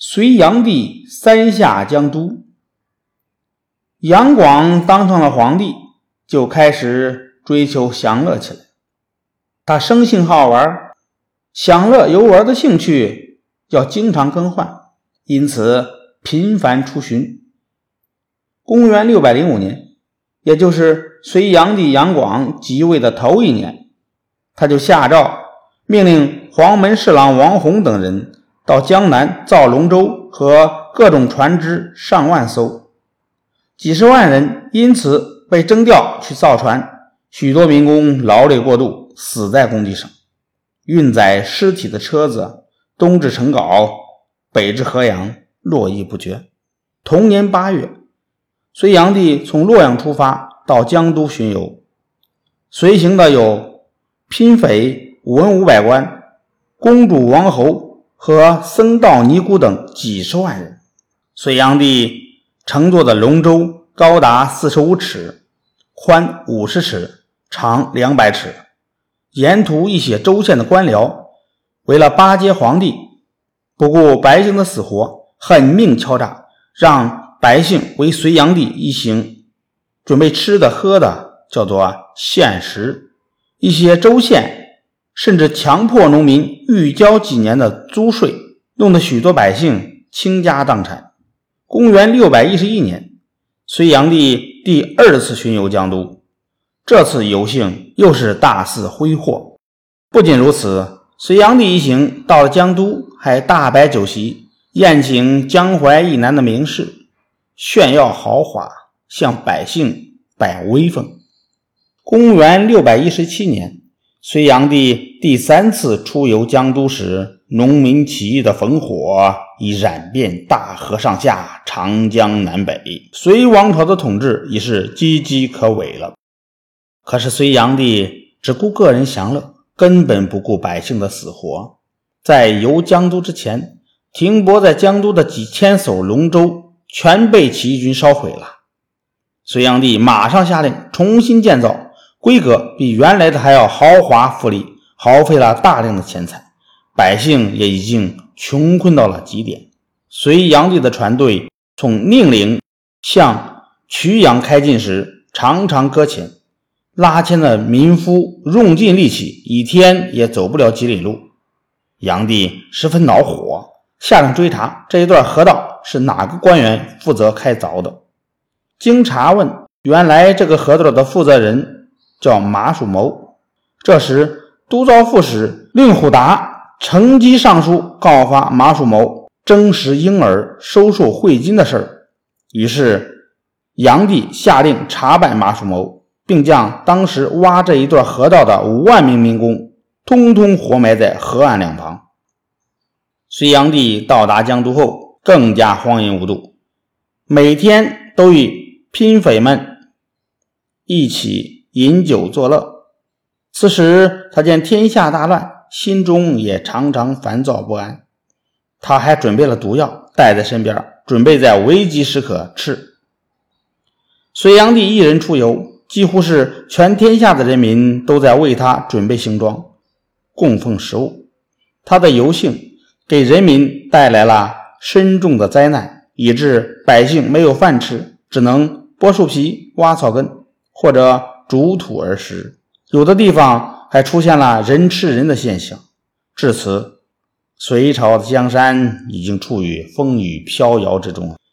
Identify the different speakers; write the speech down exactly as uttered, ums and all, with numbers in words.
Speaker 1: 隋炀帝三下江都。杨广当上了皇帝，就开始追求享乐起来。他生性好玩，享乐游玩的兴趣要经常更换，因此频繁出巡。公元六百零五年，也就是隋炀帝杨广即位的头一年，他就下诏命令黄门侍郎王弘等人到江南造龙舟和各种船只上万艘，几十万人因此被征调去造船，许多民工劳累过度，死在工地上。运载尸体的车子东至成皋，北至河阳，络绎不绝。同年八月，隋炀帝从洛阳出发到江都巡游，随行的有嫔妃文武百官、公主王侯和僧道尼姑等几十万人。隋炀帝乘坐的龙舟高达四十五尺，宽五十尺，长两百尺。沿途一些州县的官僚为了巴结皇帝，不顾百姓的死活，狠命敲诈，让百姓为隋炀帝一行准备吃的喝的，叫做献食。一些州县甚至强迫农民预交几年的租税，弄得许多百姓倾家荡产。公元六百一十一年，隋炀帝第二次巡游江都，这次游幸又是大肆挥霍。不仅如此，隋炀帝一行到了江都，还大摆酒席，宴请江淮以南的名士，炫耀豪华，向百姓摆威风。公元六百一十七年，隋炀帝第三次出游江都时，农民起义的烽火已染遍大河上下，长江南北，隋王朝的统治已是岌岌可危了。可是隋炀帝只顾个人享乐，根本不顾百姓的死活。在游江都之前，停泊在江都的几千艘龙舟全被起义军烧毁了。隋炀帝马上下令重新建造，规格比原来的还要豪华富丽，耗费了大量的钱财，百姓也已经穷困到了极点。隋炀帝的船队从宁陵向曲阳开进时，常常搁浅，拉纤的民夫用尽力气，一天也走不了几里路。炀帝十分恼火，下令追查这一段河道是哪个官员负责开凿的。经查问，原来这个河道的负责人叫马属谋。这时都招副使令虎达乘机上书告发马属谋征食婴儿、收受贿金的事儿。于是炀帝下令查办马属谋，并将当时挖这一段河道的五万名民工通通活埋在河岸两旁。隋炀帝到达江都后，更加荒淫无度，每天都与嫔妃们一起饮酒作乐。此时他见天下大乱，心中也常常烦躁不安。他还准备了毒药带在身边，准备在危急时刻吃。隋炀帝一人出游，几乎是全天下的人民都在为他准备行装，供奉食物。他的游幸给人民带来了深重的灾难，以致百姓没有饭吃，只能剥树皮、挖草根或者煮土而食。有的地方还出现了人吃人的现象。至此，隋朝的江山已经处于风雨飘摇之中。